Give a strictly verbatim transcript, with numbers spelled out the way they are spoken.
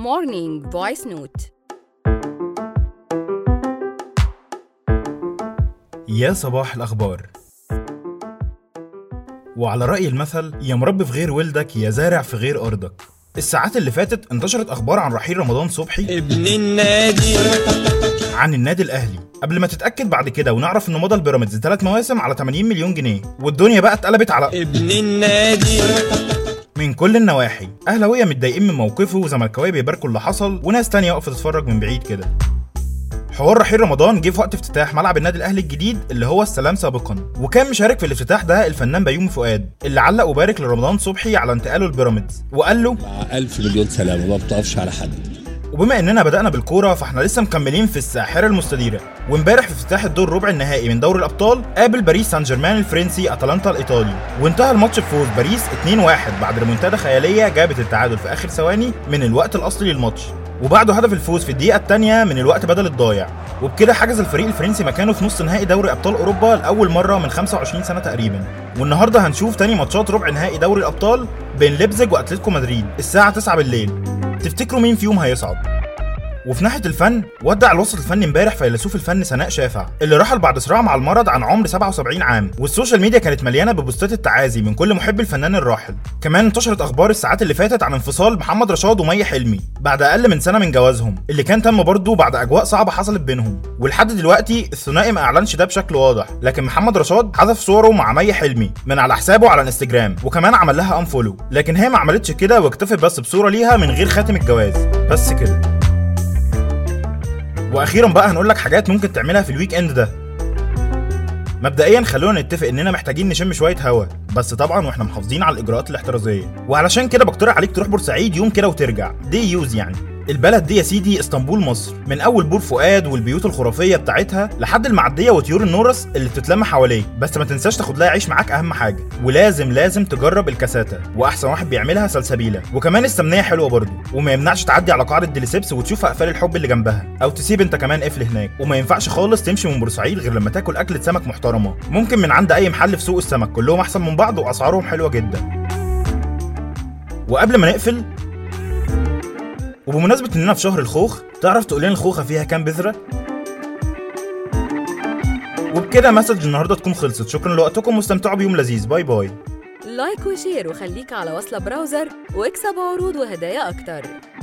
Morning Voice Note. يا صباح الأخبار. وعلى رأي المثل، يا مربي في غير ولدك يا زارع في غير أرضك. الساعات اللي فاتت انتشرت أخبار عن رحيل رمضان صبحي ابن النادي عن النادي الأهلي، قبل ما تتأكد بعد كده ونعرف إنه مضى البيراميدز ثلاث مواسم على ثمانين مليون جنيه، والدنيا بقى اتقلبت على ابن النادي. من كل النواحي. أهلاوية متضايقين من موقفه، وزملكاوية بيباركوا اللي حصل، وناس تانية واقفة تتفرج من بعيد كده. حوار رحيل رمضان جه في وقت افتتاح ملعب النادي الاهلي الجديد اللي هو السلام سابقا، وكان مشارك في الافتتاح ده الفنان بيومي فؤاد اللي علق وبارك لرمضان صبحي على انتقاله البيراميدز، وقال له مع ألف مليون سلامة، ما بتقفش على حد. وبما اننا بدأنا بالكوره فاحنا لسه مكملين في الساحره المستديره، وامبارح في افتتاح الدور ربع النهائي من دوري الابطال قابل باريس سان جيرمان الفرنسي اتلانتا الايطالي، وانتهى الماتش بفوز باريس اتنين واحد بعد ريمونتادا خياليه جابت التعادل في اخر ثواني من الوقت الاصلي للماتش، وبعده هدف الفوز في الدقيقه الثانيه من الوقت بدل الضايع، وبكده حجز الفريق الفرنسي مكانه في نص نهائي دوري ابطال اوروبا لاول مره من خمسة وعشرين سنه تقريبا. والنهارده هنشوف تاني ماتشات ربع نهائي دوري الابطال بين ليبزيج واتلتيكو مدريد الساعه تسعة بالليل. تفتكروا مين فيهم هيصعد؟ وفي ناحيه الفن، ودع الوسط الفني امبارح فيلسوف الفن سناء شافع اللي رحل بعد صراع مع المرض عن عمر سبعة وسبعين عام، والسوشيال ميديا كانت مليانه ببوستات التعازي من كل محب الفنان الراحل. كمان انتشرت اخبار الساعات اللي فاتت عن انفصال محمد رشاد ومي حلمي بعد اقل من سنه من جوازهم اللي كان تم برضه بعد اجواء صعبه حصلت بينهم، ولحد دلوقتي الثنائي ما اعلنش ده بشكل واضح، لكن محمد رشاد حذف صوره مع مي حلمي من على حسابه على الانستجرام، وكمان عمل لها انفولو، لكن هي ما عملتش كده واكتفت بس بصوره ليها من غير خاتم الجواز بس كده. واخيرا بقى هنقول لك حاجات ممكن تعملها في الويك اند ده. مبدئيا خلونا نتفق اننا محتاجين نشم شويه هوا، بس طبعا واحنا محافظين على الاجراءات الاحترازيه، وعلشان كده بقترح عليك تروح بورسعيد يوم كده وترجع دي يوز يعني. البلد دي يا سيدي اسطنبول مصر، من اول بور فؤاد والبيوت الخرافيه بتاعتها لحد المعديه وطيور النورس اللي بتتلم حواليه، بس ما تنساش تاخد لها عيش معاك اهم حاجه، ولازم لازم تجرب الكاساتا، واحسن واحد بيعملها سلسبيله، وكمان السمنيه حلوه برضه، وما يمنعش تعدي على قاعده ديليسيبس وتشوف اقفال الحب اللي جنبها، او تسيب انت كمان قفل هناك. وما ينفعش خالص تمشي من بورسعيد غير لما تاكل اكله سمك محترمه، ممكن من عند اي محل في سوق السمك، كلهم احسن من بعض واسعارهم حلوه جدا. وقبل ما نقفل، وبمناسبة اننا في شهر الخوخ، تعرف تقول لنا الخوخة فيها كام بذرة؟ وبكده مسج النهارده تكون خلصت. شكرا لوقتكم واستمتعوا بيوم لذيذ. باي باي. لايك وشير وخليك على وصلة براوزر واكسب عروض وهدايا اكتر.